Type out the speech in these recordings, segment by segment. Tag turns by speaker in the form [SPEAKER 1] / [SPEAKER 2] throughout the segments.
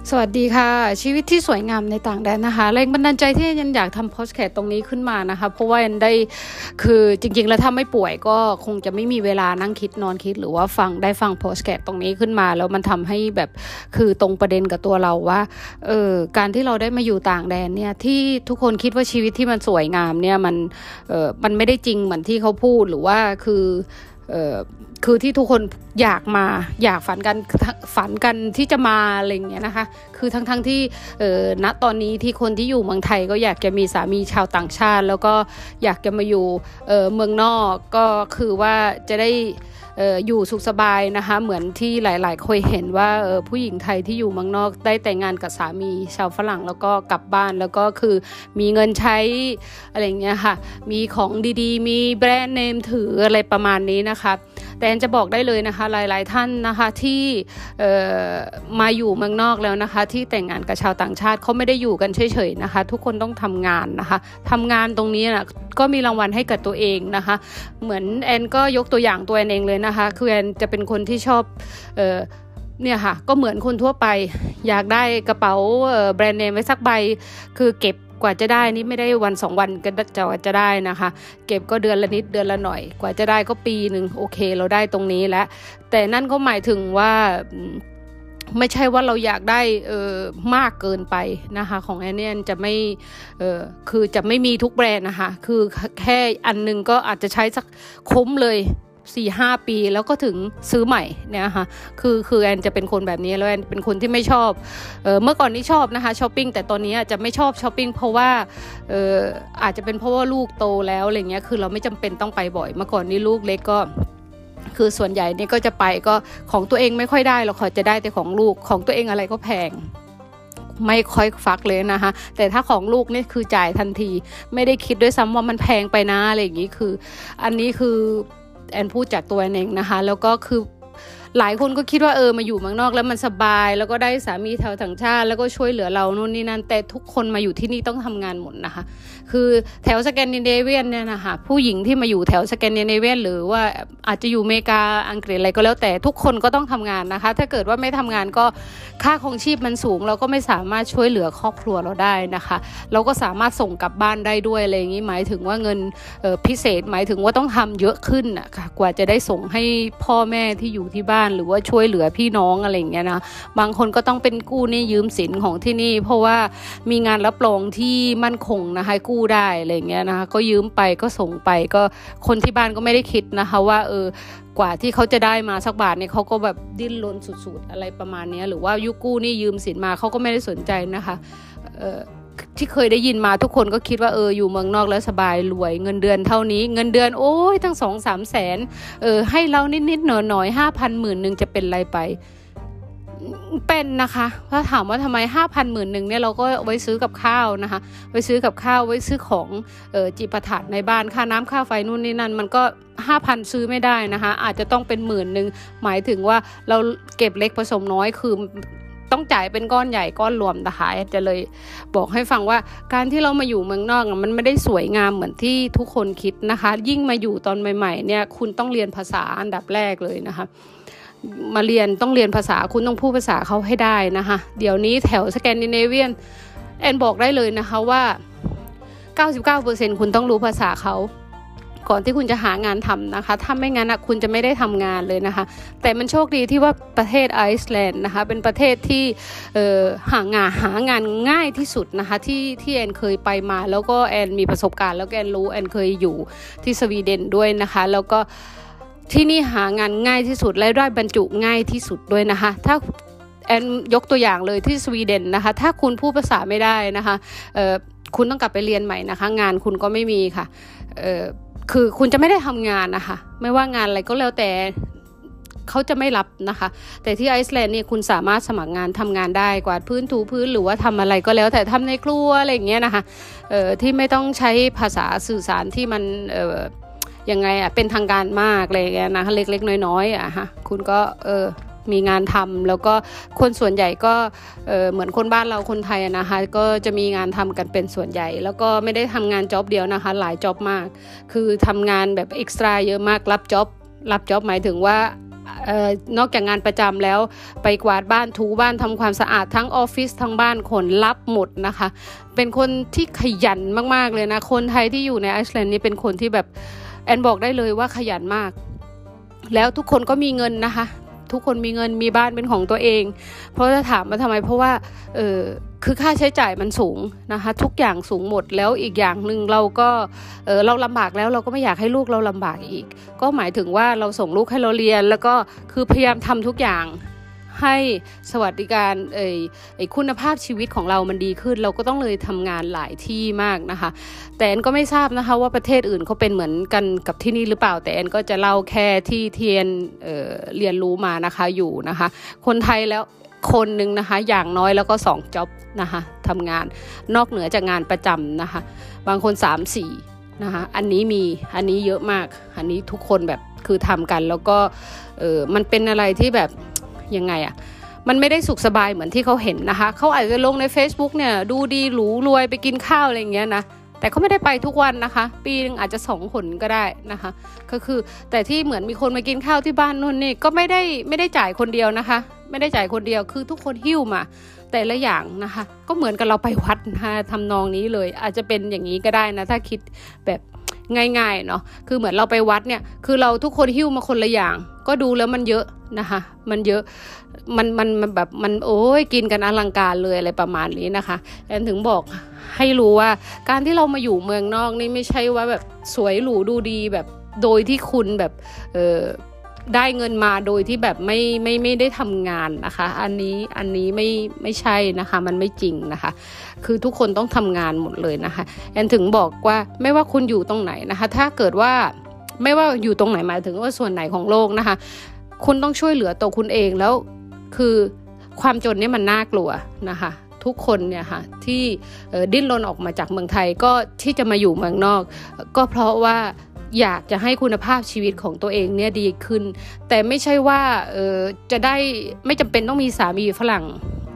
[SPEAKER 1] สวัสดีค่ะชีวิตที่สวยงามในต่างแดนนะคะแรงบันดาลใจที่ยันอยากทำโพสต์แคสต์ตรงนี้ขึ้นมานะคะเพราะว่ายันได้คือจริงๆแล้วถ้าไม่ป่วยก็คงจะไม่มีเวลานั่งคิดนอนคิดหรือว่าฟังโพสต์แคสต์ตรงนี้ขึ้นมาแล้วมันทำให้แบบคือตรงประเด็นกับตัวเราว่าการที่เราได้มาอยู่ต่างแดนเนี่ยที่ทุกคนคิดว่าชีวิตที่มันสวยงามเนี่ยมันไม่ได้จริงเหมือนที่เขาพูดหรือว่าคือที่ทุกคนอยากฝันกันที่จะมาอะไรอย่างเงี้ยนะคะคือทั้งที่ณตอนนี้ที่คนที่อยู่เมืองไทยก็อยากจะมีสามีชาวต่างชาติแล้วก็อยากจะมาอยู่เมืองนอกก็คือว่าจะได้อยู่สุขสบายนะคะเหมือนที่หลายๆเคยเห็นว่าผู้หญิงไทยที่อยู่เมืองนอกได้แต่งงานกับสามีชาวฝรั่งแล้วก็กลับบ้านแล้วก็คือมีเงินใช้อะไรอย่างเงี้ยค่ะมีของดีๆมีแบรนด์เนมถืออะไรประมาณนี้นะคะแต่แอนจะบอกได้เลยนะคะหลายๆท่านนะคะที่มาอยู่เมืองนอกแล้วนะคะที่แต่งงานกับชาวต่างชาติเขาไม่ได้อยู่กันเฉยๆนะคะทุกคนต้องทำงานนะคะทำงานตรงนี้นะก็มีรางวัลให้กับตัวเองนะคะเหมือนแอนก็ยกตัวอย่างตัวแอนเองเลยนะคะคือแอนจะเป็นคนที่ชอบเนี่ยค่ะก็เหมือนคนทั่วไปอยากได้กระเป๋าแบรนด์เนมไว้สักใบคือเก็บกว่าจะได้นี่ไม่ได้วัน2วันก็จะได้นะคะเก็บก็เดือนละนิดเดือนละหน่อยกว่าจะได้ก็ปีนึงโอเคเราได้ตรงนี้แล้วแต่นั่นก็หมายถึงว่าไม่ใช่ว่าเราอยากได้มากเกินไปนะคะของแอนเนี่ยจะไม่คือจะไม่มีทุกแบรนด์นะคะคือแค่อันนึงก็อาจจะใช้สักคุ้มเลย4-5 ปีแล้วก็ถึงซื้อใหม่เนี่ยค่ะคือแอนจะเป็นคนแบบนี้แล้วแอนเป็นคนที่ไม่ชอบเมื่อก่อนนี้ชอบนะคะช้อปปิ้งแต่ตอนนี้จะไม่ชอบช้อปปิ้งเพราะว่าอาจจะเป็นเพราะว่าลูกโตแล้วอะไรเงี้ยคือเราไม่จำเป็นต้องไปบ่อยเมื่อก่อนนี้ลูกเล็กก็คือส่วนใหญ่นี่ก็จะไปก็ของตัวเองไม่ค่อยได้หรอกค่ะจะได้แต่ของลูกของตัวเองอะไรก็แพงไม่ค่อยฟักเลยนะคะแต่ถ้าของลูกนี่คือจ่ายทันทีไม่ได้คิดด้วยซ้ำว่ามันแพงไปนะอะไรอย่างนี้คืออันนี้คือแอนพูดจากตัวแอนเองนะคะแล้วก็คือหลายคนก็คิดว่ามาอยู่เมืองนอกแล้วมันสบายแล้วก็ได้สามีชาวต่างชาติแล้วก็ช่วยเหลือเรานู่นนี่นั่นแต่ทุกคนมาอยู่ที่นี่ต้องทำงานหมดนะคะคือแถวสแกนดิเนเวียนเนี่ยนะคะผู้หญิงที่มาอยู่แถวสแกนดิเนเวียนหรือว่าอาจจะอยู่อเมริกาอังกฤษอะไรก็แล้วแต่ทุกคนก็ต้องทำงานนะคะถ้าเกิดว่าไม่ทำงานก็ค่าครองชีพมันสูงเราก็ไม่สามารถช่วยเหลือครอบครัวเราได้นะคะเราก็สามารถส่งกลับบ้านได้ด้วยอะไรอย่างนี้หมายถึงว่าเงินพิเศษหมายถึงว่าต้องทำเยอะขึ้นนะคะกว่าจะได้ส่งให้พ่อแม่ที่อยู่ที่บ้านหรือว่าช่วยเหลือพี่น้องอะไรอย่างเงี้ยนะบางคนก็ต้องเป็นกู้หนี้ยืมสินของที่นี่เพราะว่ามีงานรับรองที่มั่นคงนะคะกู้ได้อะไรอย่างเงี้ยนะคะก็ยืมไปก็ส่งไปก็คนที่บ้านก็ไม่ได้คิดนะคะว่ากว่าที่เขาจะได้มาสักบาทเนี่ยเขาก็แบบดิ้นรนสุดๆอะไรประมาณนี้หรือว่ายุกู้หนี้ยืมสินมาเขาก็ไม่ได้สนใจนะคะที่เคยได้ยินมาทุกคนก็คิดว่าอยู่เมืองนอกแล้วสบายรวยเงินเดือนเท่านี้เงินเดือนโอ้ยตั้ง 2-3 แสนให้เรานิดๆหน่อยๆ 5,000 10,000 นึงจะเป็นไรไปเป็นนะคะถ้าถามว่าทำไม 5,000 10,000 นึงเนี่ยเราก็ไว้ซื้อกับข้าวนะคะไว้ซื้อกับข้าวไว้ซื้อของจิปาถะในบ้านค่าน้ำค่าไฟนู่นนี่นั่นมันก็ 5,000 ซื้อไม่ได้นะคะอาจจะต้องเป็น10,000 นึงหมายถึงว่าเราเก็บเล็กผสมน้อยคือต้องจ่ายเป็นก้อนใหญ่ก้อนรวมนะคะจะเลยบอกให้ฟังว่าการที่เรามาอยู่เมืองนอกมันไม่ได้สวยงามเหมือนที่ทุกคนคิดนะคะยิ่งมาอยู่ตอนใหม่ๆเนี่ยคุณต้องเรียนภาษาอันดับแรกเลยนะคะมาต้องเรียนภาษาคุณต้องพูดภาษาเขาให้ได้นะคะเดี๋ยวนี้แถวสแกนดิเนเวียนแอนบอกได้เลยนะคะว่า 99% คุณต้องรู้ภาษาเขาก่อนที่คุณจะหางานทำนะคะถ้าไม่งั้นคุณจะไม่ได้ทำงานเลยนะคะแต่มันโชคดีที่ว่าประเทศไอซ์แลนด์นะคะเป็นประเทศที่หางานง่ายที่สุดนะคะที่แอนเคยไปมาแล้วก็แอนมีประสบการณ์แล้วแอนรู้แอนเคยอยู่ที่สวีเดนด้วยนะคะแล้วก็ที่นี่หางานง่ายที่สุดและได้บรรจุง่ายที่สุดด้วยนะคะถ้าแอนยกตัวอย่างเลยที่สวีเดนนะคะถ้าคุณพูดภาษาไม่ได้นะคะคุณต้องกลับไปเรียนใหม่นะคะงานคุณก็ไม่มีค่ะคือคุณจะไม่ได้ทำงานนะคะไม่ว่างานอะไรก็แล้วแต่เขาจะไม่รับนะคะแต่ที่ไอซ์แลนด์เนี่ยคุณสามารถสมัครงานทำงานได้กวาดพื้นถูพื้นหรือว่าทำอะไรก็แล้วแต่ทำในครัวอะไรอย่างเงี้ยนะคะที่ไม่ต้องใช้ภาษาสื่อสารที่มันยังไงเป็นทางการมากอะไรอย่างเงี้ยนะคะเล็กๆน้อยๆคุณก็มีงานทำแล้วก็คนส่วนใหญ่ก็เหมือนคนบ้านเราคนไทยนะคะก็จะมีงานทำกันเป็นส่วนใหญ่แล้วก็ไม่ได้ทำงานจ็อบเดียวนะคะหลายจ็อบมากคือทำงานแบบเอ็กซ์ตร้าเยอะมากรับจ็อบหมายถึงว่านอกจากงานประจำแล้วไปกวาดบ้านถูบ้านทำความสะอาดทั้งออฟฟิศทั้งบ้านคนรับหมดนะคะเป็นคนที่ขยันมากๆเลยนะคนไทยที่อยู่ในไอซ์แลนด์นี่เป็นคนที่แบบแอนบอกได้เลยว่าขยันมากแล้วทุกคนก็มีเงินนะคะทุกคนมีเงินมีบ้านเป็นของตัวเองเพราะจะถามมาทำไมเพราะว่าคือค่าใช้จ่ายมันสูงนะคะทุกอย่างสูงหมดแล้วอีกอย่างหนึ่งเราก็เราลำบากแล้วเราก็ไม่อยากให้ลูกเราลำบากอีกก็หมายถึงว่าเราส่งลูกให้เราเรียนแล้วก็คือพยายามทำทุกอย่างให้สวัสดิการคุณภาพชีวิตของเรามันดีขึ้นเราก็ต้องเลยทำงานหลายที่มากนะคะแต่แอนก็ไม่ทราบนะคะว่าประเทศอื่นเขาเป็นเหมือนกันกับที่นี่หรือเปล่าแต่แอนก็จะเล่าแค่ที่เทียนเรียนรู้มานะคะอยู่นะคะคนไทยแล้วคนหนึ่งนะคะอย่างน้อยแล้วก็2จ็อบนะคะทำงานนอกเหนือจากงานประจำนะคะบางคน 3-4 นะคะอันนี้เยอะมากอันนี้ทุกคนแบบคือทำกันแล้วก็มันเป็นอะไรที่แบบยังไงอ่ะมันไม่ได้สุขสบายเหมือนที่เขาเห็นนะคะเขาอาจจะลงใน Facebook เนี่ยดูดีหรูรวยไปกินข้าวอะไรอย่างเงี้ยนะแต่เขาไม่ได้ไปทุกวันนะคะปีนึงอาจจะ2 หนก็ได้นะคะก็คือแต่ที่เหมือนมีคนมากินข้าวที่บ้านนู่นนี่ก็ไม่ได้จ่ายคนเดียวนะคะไม่ได้จ่ายคนเดียวคือทุกคนหิ้วมาแต่ละอย่างนะคะก็เหมือนกับเราไปวัดนะคะทำนองนี้เลยอาจจะเป็นอย่างนี้ก็ได้นะถ้าคิดแบบง่ายๆเนาะคือเหมือนเราไปวัดเนี่ยคือเราทุกคนหิ้วมาคนละอย่างก็ดูแล้วมันเยอะนะคะมันเยอะมันแบบมันโอ้ยกินกันอลังการเลยอะไรประมาณนี้นะคะแอนถึงบอกให้รู้ว่าการที่เรามาอยู่เมืองนอกนี่ไม่ใช่ว่าแบบสวยหรูดูดีแบบโดยที่คุณแบบได้เงินมาโดยที่แบบไม่ได้ทำงานนะคะอันนี้ไม่ใช่นะคะมันไม่จริงนะคะคือทุกคนต้องทำงานหมดเลยนะคะแอนถึงบอกว่าไม่ว่าคุณอยู่ตรงไหนนะคะถ้าเกิดว่าไม่ว่าอยู่ตรงไหนหมายถึงว่าส่วนไหนของโลกนะคะคุณต้องช่วยเหลือตัวคุณเองแล้วคือความจนเนี่ยมันน่ากลัวนะคะทุกคนเนี่ยค่ะที่ดิ้นรนออกมาจากเมืองไทยก็ที่จะมาอยู่เมืองนอกก็เพราะว่าอยากจะให้คุณภาพชีวิตของตัวเองเนี่ยดีขึ้นแต่ไม่ใช่ว่าจะได้ไม่จำเป็นต้องมีสามีฝรั่ง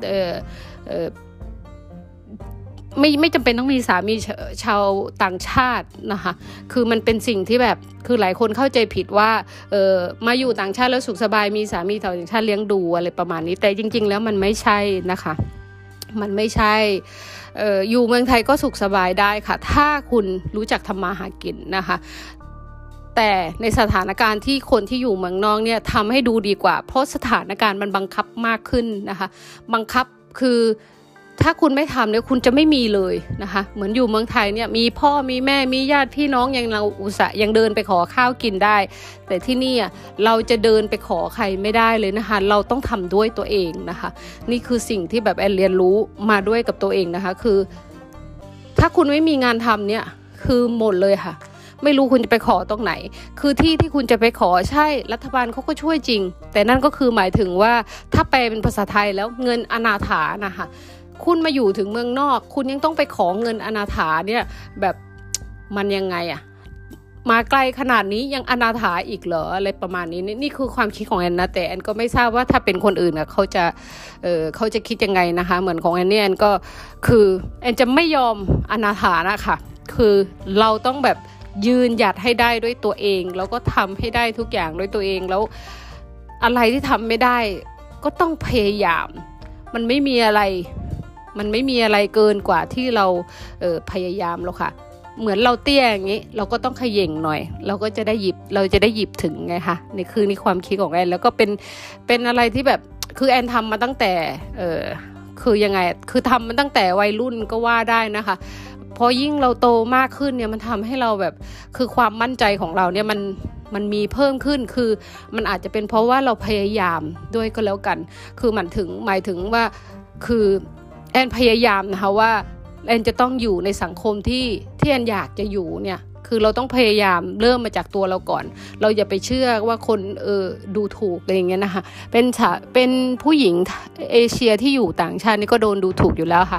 [SPEAKER 1] ไม่จำเป็นต้องมีสามีชาวต่างชาตินะคะคือมันเป็นสิ่งที่แบบคือหลายคนเข้าใจผิดว่ามาอยู่ต่างชาติแล้วสุขสบายมีสามีต่างชาติเลี้ยงดูอะไรประมาณนี้แต่จริงๆแล้วมันไม่ใช่นะคะมันไม่ใช่อยู่เมืองไทยก็สุขสบายได้ค่ะถ้าคุณรู้จักทำมาหากินนะคะแต่ในสถานการณ์ที่คนที่อยู่เมืองนอกเนี่ยทำให้ดูดีกว่าเพราะสถานการณ์มันบังคับมากขึ้นนะคะบังคับคือถ้าคุณไม่ทำเนี่ยคุณจะไม่มีเลยนะคะเหมือนอยู่เมืองไทยเนี่ยมีพ่อมีแม่มีญาติพี่น้องยังเราอุตส่าห์ยังเดินไปขอข้าวกินได้แต่ที่นี่เราจะเดินไปขอใครไม่ได้เลยนะคะเราต้องทำด้วยตัวเองนะคะนี่คือสิ่งที่แบบแอนเรียนรู้มาด้วยกับตัวเองนะคะคือถ้าคุณไม่มีงานทำเนี่ยคือหมดเลยค่ะไม่รู้คุณจะไปขอตรงไหนคือที่คุณจะไปขอใช่รัฐบาลเขาก็ช่วยจริงแต่นั่นก็คือหมายถึงว่าถ้าแปลเป็นภาษาไทยแล้วเงินอนาถานะคะคุณมาอยู่ถึงเมืองนอกคุณยังต้องไปขอเงินอนาถาเนี่ยแบบมันยังไงมาไกลขนาดนี้ยังอนาถาอีกเหรออะไรประมาณนี้นี่คือความคิดของแอนนะแต่แอนก็ไม่ทราบว่าถ้าเป็นคนอื่นเขาจะคิดยังไงนะคะเหมือนของแอนเนี่ยแอนก็คือแอนจะไม่ยอมอนาถานะคะคือเราต้องแบบยืนหยัดให้ได้ด้วยตัวเองแล้วก็ทำให้ได้ทุกอย่างด้วยตัวเองแล้วอะไรที่ทำไม่ได้ก็ต้องพยายามมันไม่มีอะไรเกินกว่าที่เราพยายามหรอกค่ะเหมือนเราเตี้ยอย่างนี้เราก็ต้องเขย่งหน่อยเราจะได้หยิบถึงไงคะนี่ความคิดของแอนแล้วก็เป็นอะไรที่แบบคือแอนทำมาตั้งแต่คือยังไงคือทำมาตั้งแต่วัยรุ่นก็ว่าได้นะคะพอยิ่งเราโตมากขึ้นเนี่ยมันทำให้เราแบบคือความมั่นใจของเราเนี่ยมันมีเพิ่มขึ้นคือมันอาจจะเป็นเพราะว่าเราพยายามด้วยก็แล้วกันคือหมายถึงว่าคือแอนพยายามนะคะว่าแอนจะต้องอยู่ในสังคมที่แอนอยากจะอยู่เนี่ยคือเราต้องพยายามเริ่มมาจากตัวเราก่อนเราอย่าไปเชื่อว่าคนดูถูกอะไรอย่างเงี้ยนะคะเป็นผู้หญิงเอเชียที่อยู่ต่างชาตินี่ก็โดนดูถูกอยู่แล้วค่ะ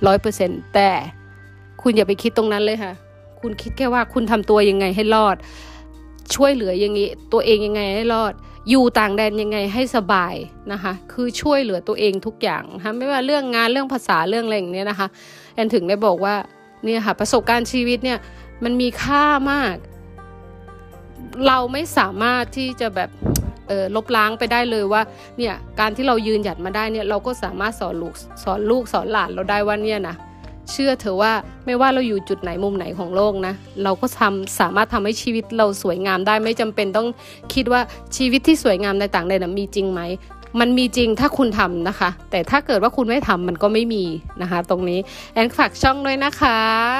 [SPEAKER 1] 100% แต่คุณอย่าไปคิดตรงนั้นเลยค่ะคุณคิดแค่ว่าคุณทำตัวยังไงให้รอดช่วยเหลืออย่างงี้ตัวเองยังไงให้รอดอยู่ต่างแดนยังไงให้สบายนะคะคือช่วยเหลือตัวเองทุกอย่างนะคะไม่ว่าเรื่องงานเรื่องภาษาเรื่องอะไรอย่างเนี้ยนะคะแอนถึงได้บอกว่าเนี่ยค่ะประสบการณ์ชีวิตเนี่ยมันมีค่ามากเราไม่สามารถที่จะแบบลบล้างไปได้เลยว่าเนี่ยการที่เรายืนหยัดมาได้เนี่ยเราก็สามารถสอนลูกสอนหลานเราได้ว่าเนี่ยนะเชื่อเถอะว่าไม่ว่าเราอยู่จุดไหนมุมไหนของโลกนะเราก็สามารถทำให้ชีวิตเราสวยงามได้ไม่จำเป็นต้องคิดว่าชีวิตที่สวยงามในต่างแดนมีจริงไหมมันมีจริงถ้าคุณทำนะคะแต่ถ้าเกิดว่าคุณไม่ทำมันก็ไม่มีนะคะตรงนี้แอนฝากช่องด้วยนะคะ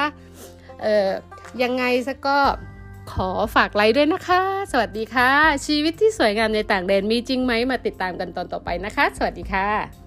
[SPEAKER 1] ยังไงซะก็ขอฝากไลค์ด้วยนะคะสวัสดีค่ะชีวิตที่สวยงามในต่างแดนมีจริงไหมมาติดตามกันตอนต่อไปนะคะสวัสดีค่ะ